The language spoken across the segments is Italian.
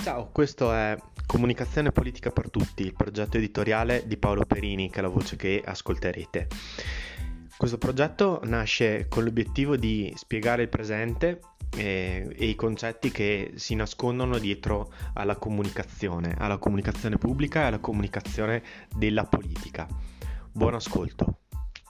Ciao, questo è Comunicazione Politica per Tutti, il progetto editoriale di Paolo Perini, che è la voce che ascolterete. Questo progetto nasce con l'obiettivo di spiegare il presente e i concetti che si nascondono dietro alla comunicazione pubblica e alla comunicazione della politica. Buon ascolto.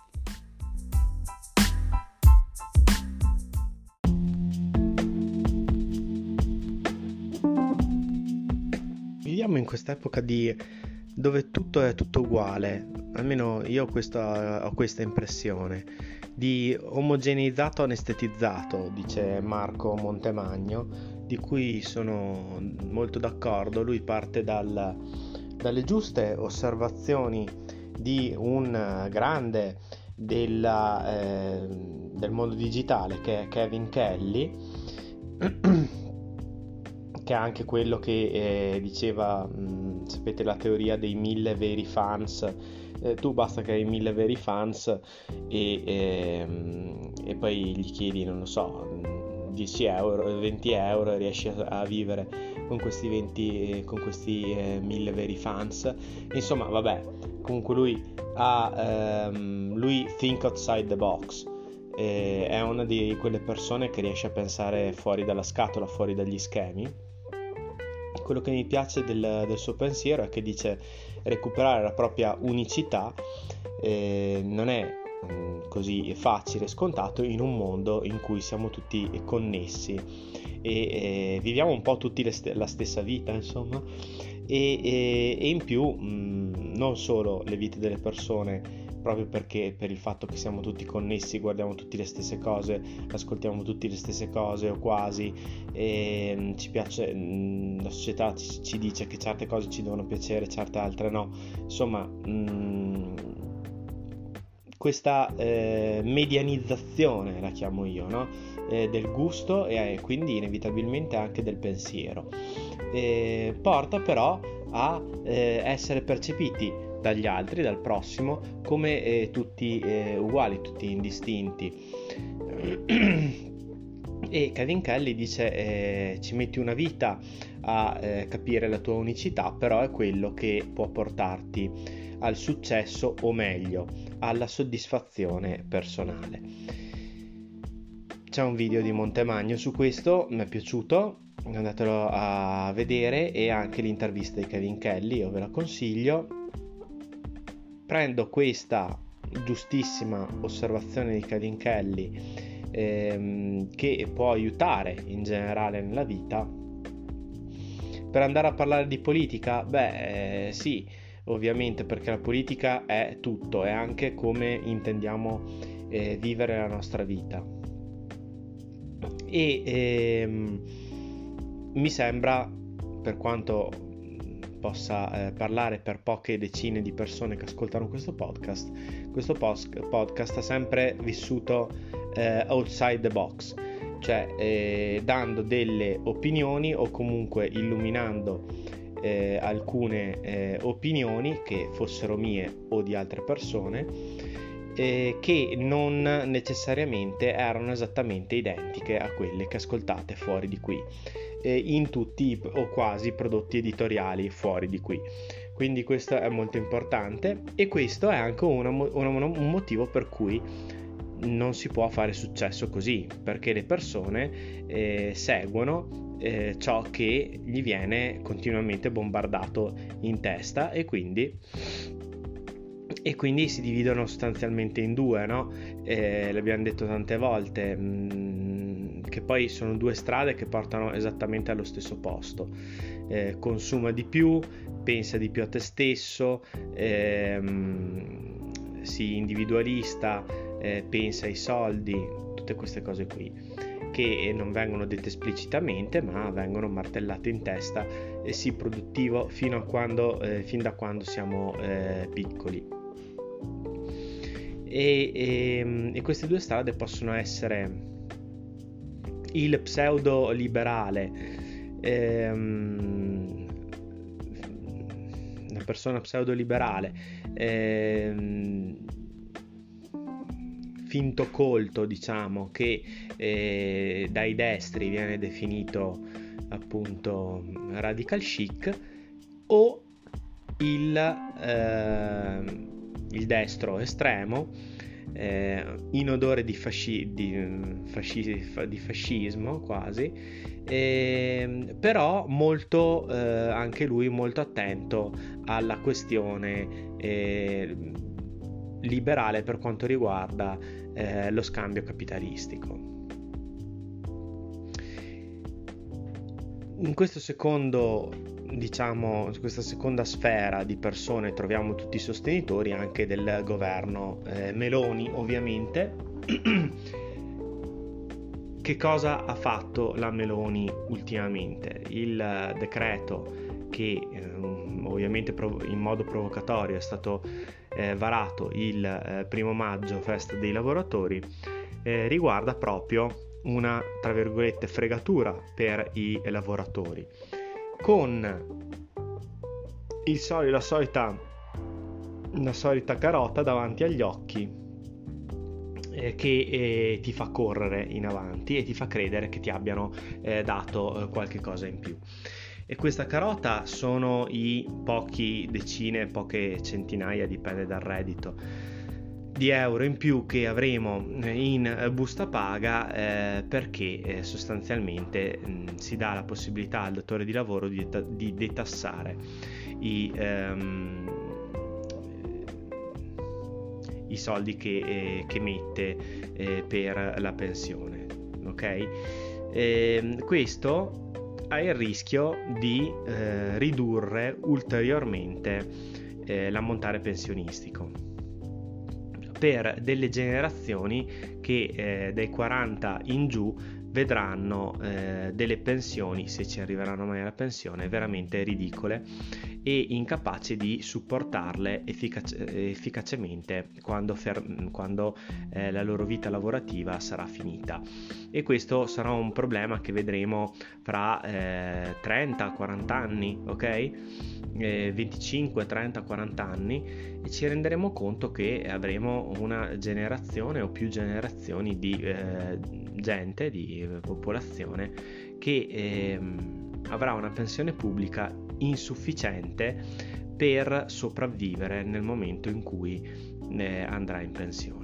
Viviamo in quest'epoca dove tutto è tutto uguale, almeno io ho questa impressione, di omogeneizzato anestetizzato, dice Marco Montemagno, di cui sono molto d'accordo. Lui parte dalle giuste osservazioni di un grande del mondo digitale, che è Kevin Kelly, che è anche quello che diceva, sapete, la teoria dei 1000 veri fans. Tu basta che hai 1000 veri fans e poi gli chiedi, non lo so, 10 euro, 20 euro e riesci a vivere con questi 1000 veri fans. Insomma, vabbè, comunque lui think outside the box. È una di quelle persone che riesce a pensare fuori dalla scatola, fuori dagli schemi. Quello che mi piace del suo pensiero è che dice recuperare la propria unicità non è così facile e scontato in un mondo in cui siamo tutti connessi e viviamo un po' tutti la stessa vita, insomma, e in più non solo le vite delle persone, proprio perché per il fatto che siamo tutti connessi, guardiamo tutti le stesse cose, ascoltiamo tutti le stesse cose o quasi, e ci piace, la società ci dice che certe cose ci devono piacere, certe altre no. Insomma, questa medianizzazione, la chiamo io, no? Del gusto e quindi inevitabilmente anche del pensiero, porta però a essere percepiti dagli altri, dal prossimo, come tutti uguali, tutti indistinti. E Kevin Kelly dice ci metti una vita a capire la tua unicità, però è quello che può portarti al successo, o meglio alla soddisfazione personale. C'è un video di Montemagno su questo, mi è piaciuto, andatelo a vedere, e anche l'intervista di Kevin Kelly, io ve la consiglio. Prendo questa giustissima osservazione di Kevin Kelly che può aiutare in generale nella vita per andare a parlare di politica. Sì, ovviamente, perché la politica è tutto, è anche come intendiamo vivere la nostra vita, e mi sembra, per quanto possa parlare per poche decine di persone che ascoltano questo podcast ha sempre vissuto outside the box, cioè dando delle opinioni o comunque illuminando alcune opinioni, che fossero mie o di altre persone, che non necessariamente erano esattamente identiche a quelle che ascoltate fuori di qui, in tutti o quasi prodotti editoriali fuori di qui. Quindi questo è molto importante, e questo è anche un motivo per cui non si può fare successo così, perché le persone seguono ciò che gli viene continuamente bombardato in testa, e quindi si dividono sostanzialmente in due, no? L'abbiamo detto tante volte, che poi sono due strade che portano esattamente allo stesso posto. Consuma di più, pensa di più a te stesso, sii individualista, pensa ai soldi, tutte queste cose qui che non vengono dette esplicitamente ma vengono martellate in testa, e sii produttivo fin da quando siamo piccoli. E queste due strade possono essere il pseudo liberale, una persona pseudo liberale, finto colto, diciamo, che dai destri viene definito appunto radical chic, o il destro estremo, in odore di fascismo quasi, però molto anche lui molto attento alla questione liberale per quanto riguarda lo scambio capitalistico. In questo questa seconda sfera di persone troviamo tutti i sostenitori anche del governo Meloni, ovviamente. Che cosa ha fatto la Meloni ultimamente? Il decreto che ovviamente in modo provocatorio è stato varato il 1° maggio, festa dei lavoratori, riguarda proprio una, tra virgolette, fregatura per i lavoratori, con la solita carota davanti agli occhi che ti fa correre in avanti e ti fa credere che ti abbiano dato qualche cosa in più. E questa carota sono i poche centinaia, dipende dal reddito, di euro in più che avremo in busta paga, perché sostanzialmente si dà la possibilità al datore di lavoro di detassare i soldi che mette per la pensione, ok? Questo ha il rischio di ridurre ulteriormente l'ammontare pensionistico per delle generazioni che dai 40 in giù vedranno delle pensioni, se ci arriveranno mai alla pensione, veramente ridicole e incapaci di supportarle efficacemente quando la loro vita lavorativa sarà finita. E questo sarà un problema che vedremo fra 30-40 anni, ok? 25, 30, 40 anni, e ci renderemo conto che avremo una generazione o più generazioni di gente, di popolazione che avrà una pensione pubblica insufficiente per sopravvivere nel momento in cui andrà in pensione.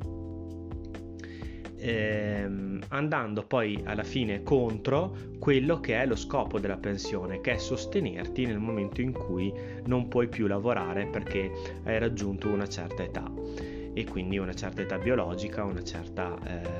Andando poi alla fine contro quello che è lo scopo della pensione, che è sostenerti nel momento in cui non puoi più lavorare perché hai raggiunto una certa età, e quindi una certa età biologica, una certa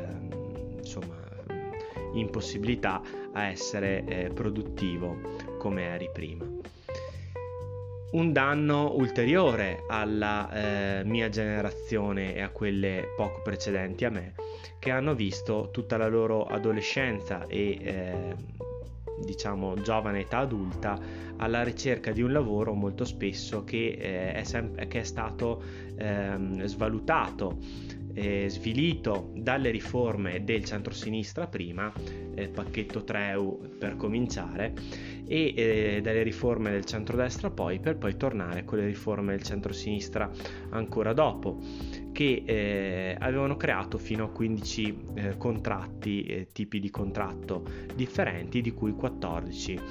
impossibilità a essere produttivo come eri prima. Un danno ulteriore alla mia generazione e a quelle poco precedenti a me, che hanno visto tutta la loro adolescenza e giovane età adulta alla ricerca di un lavoro molto spesso che è stato svalutato, svilito dalle riforme del centrosinistra prima, pacchetto Treu per cominciare, e dalle riforme del centrodestra per poi tornare con le riforme del centrosinistra ancora dopo, che avevano creato fino a 15 contratti, tipi di contratto differenti, di cui 14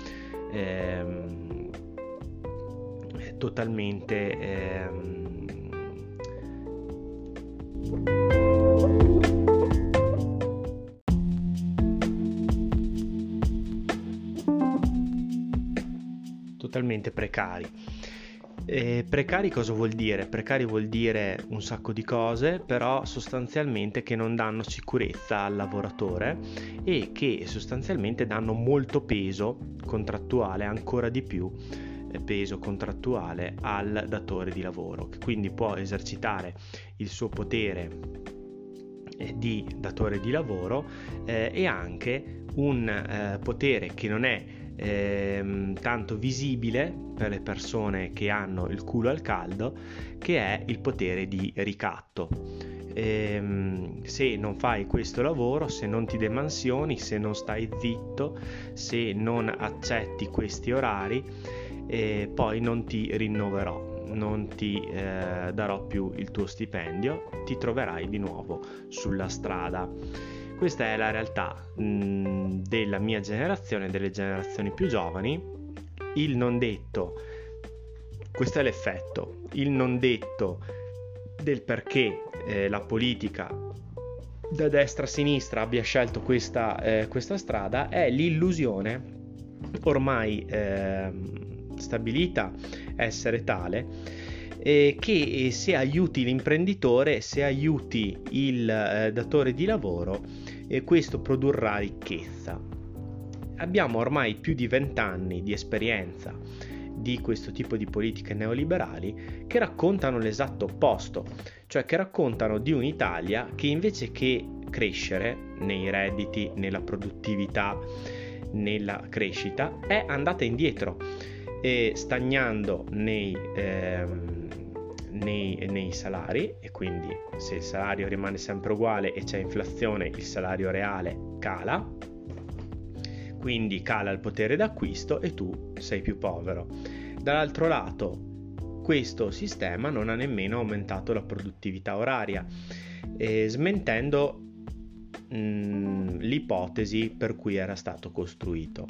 totalmente precari. Precari cosa vuol dire? Precari vuol dire un sacco di cose, però sostanzialmente che non danno sicurezza al lavoratore e che sostanzialmente danno molto peso contrattuale, ancora di più peso contrattuale al datore di lavoro, che quindi può esercitare il suo potere di datore di lavoro e anche un potere che non è tanto visibile per le persone che hanno il culo al caldo, che è il potere di ricatto. Se non fai questo lavoro, se non ti demansioni, se non stai zitto, se non accetti questi orari, poi non ti rinnoverò, non ti darò più il tuo stipendio, ti troverai di nuovo sulla strada. Questa è la realtà della mia generazione, delle generazioni più giovani. Il non detto, questo è l'effetto, il non detto del perché la politica da destra a sinistra abbia scelto questa strada è l'illusione ormai stabilita essere tale che se aiuti l'imprenditore, se aiuti il datore di lavoro, questo produrrà ricchezza. Abbiamo ormai più di 20 anni di esperienza di questo tipo di politiche neoliberali che raccontano l'esatto opposto, cioè che raccontano di un'Italia che invece che crescere nei redditi, nella produttività, nella crescita, è andata indietro, stagnando nei salari, e quindi se il salario rimane sempre uguale e c'è inflazione, il salario reale cala, quindi cala il potere d'acquisto e tu sei più povero. Dall'altro lato, questo sistema non ha nemmeno aumentato la produttività oraria, smentendo l'ipotesi per cui era stato costruito.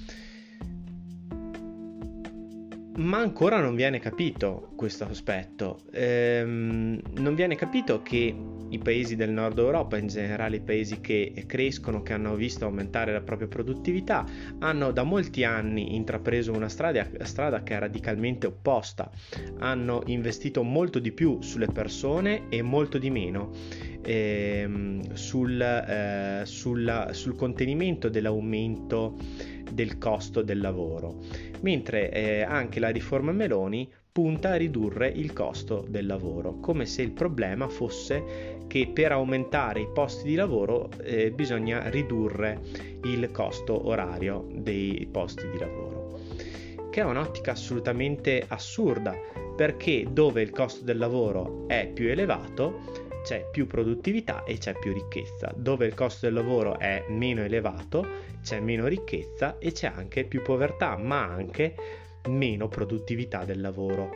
Ma ancora non viene capito questo aspetto, non viene capito che i paesi del nord Europa, in generale i paesi che crescono, che hanno visto aumentare la propria produttività, hanno da molti anni intrapreso una strada che è radicalmente opposta. Hanno investito molto di più sulle persone e molto di meno sul contenimento dell'aumento del costo del lavoro, mentre anche la riforma Meloni punta a ridurre il costo del lavoro, come se il problema fosse che per aumentare i posti di lavoro bisogna ridurre il costo orario dei posti di lavoro, che è un'ottica assolutamente assurda, perché dove il costo del lavoro è più elevato c'è più produttività e c'è più ricchezza, dove il costo del lavoro è meno elevato c'è meno ricchezza e c'è anche più povertà, ma anche meno produttività del lavoro.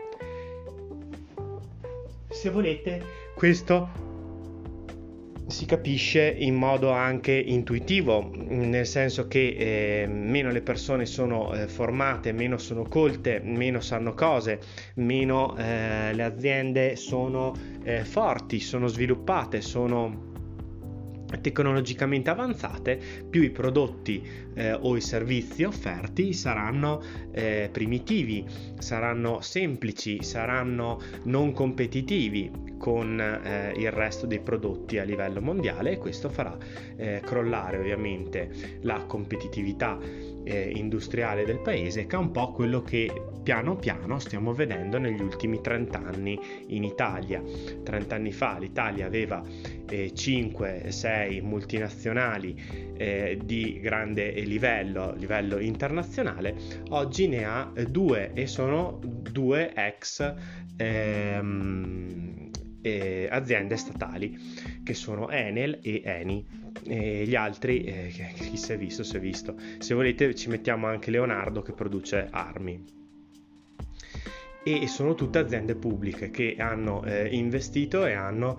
Se volete, questo si capisce in modo anche intuitivo, nel senso che meno le persone sono formate, meno sono colte, meno sanno cose, meno le aziende sono forti, sono sviluppate, sono tecnologicamente avanzate, più i prodotti o i servizi offerti saranno primitivi, saranno semplici, saranno non competitivi con il resto dei prodotti a livello mondiale, e questo farà crollare ovviamente la competitività industriale del paese, che è un po' quello che piano piano stiamo vedendo negli ultimi 30 anni in Italia. 30 anni fa l'Italia aveva 5-6 multinazionali di grande livello internazionale, oggi ne ha 2 e sono 2 ex aziende statali, che sono Enel e Eni. Gli altri chi si è visto si è visto. Se volete ci mettiamo anche Leonardo, che produce armi, e sono tutte aziende pubbliche che hanno investito e hanno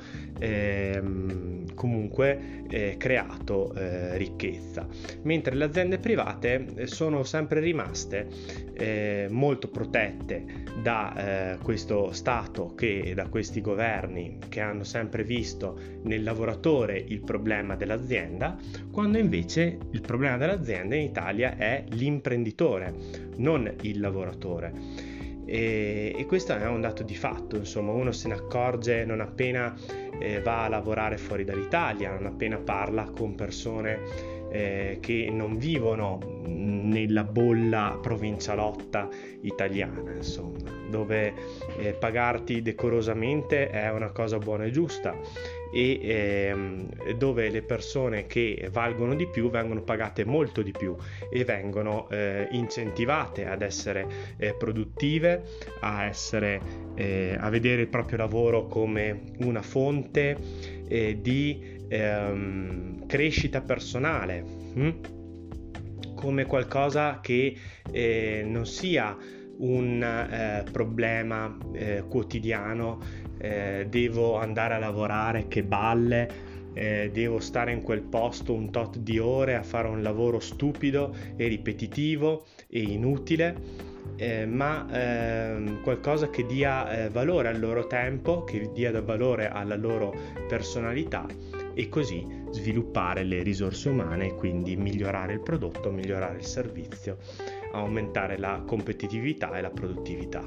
comunque creato ricchezza, mentre le aziende private sono sempre rimaste molto protette da questo Stato, da questi governi che hanno sempre visto nel lavoratore il problema dell'azienda, quando invece il problema dell'azienda in Italia è l'imprenditore, non il lavoratore. E questo è un dato di fatto, insomma, uno se ne accorge non appena va a lavorare fuori dall'Italia, non appena parla con persone che non vivono nella bolla provincialotta italiana, insomma, dove pagarti decorosamente è una cosa buona e giusta, e dove le persone che valgono di più vengono pagate molto di più e vengono incentivate ad essere produttive, a vedere il proprio lavoro come una fonte di crescita personale, come qualcosa che non sia un problema quotidiano, devo andare a lavorare, che balle, devo stare in quel posto un tot di ore a fare un lavoro stupido e ripetitivo e inutile, ma qualcosa che dia valore al loro tempo, che dia valore alla loro personalità, e così sviluppare le risorse umane e quindi migliorare il prodotto, migliorare il servizio, aumentare la competitività e la produttività.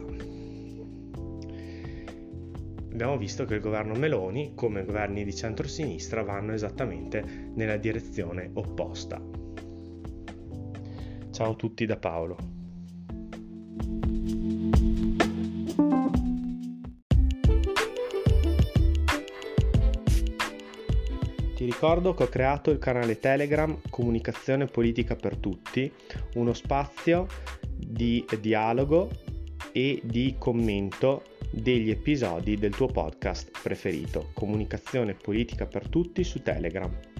Abbiamo visto che il governo Meloni, come i governi di centrosinistra, vanno esattamente nella direzione opposta. Ciao a tutti da Paolo. Ti ricordo che ho creato il canale Telegram Comunicazione Politica per Tutti, uno spazio di dialogo e di commento degli episodi del tuo podcast preferito, Comunicazione Politica per Tutti su Telegram.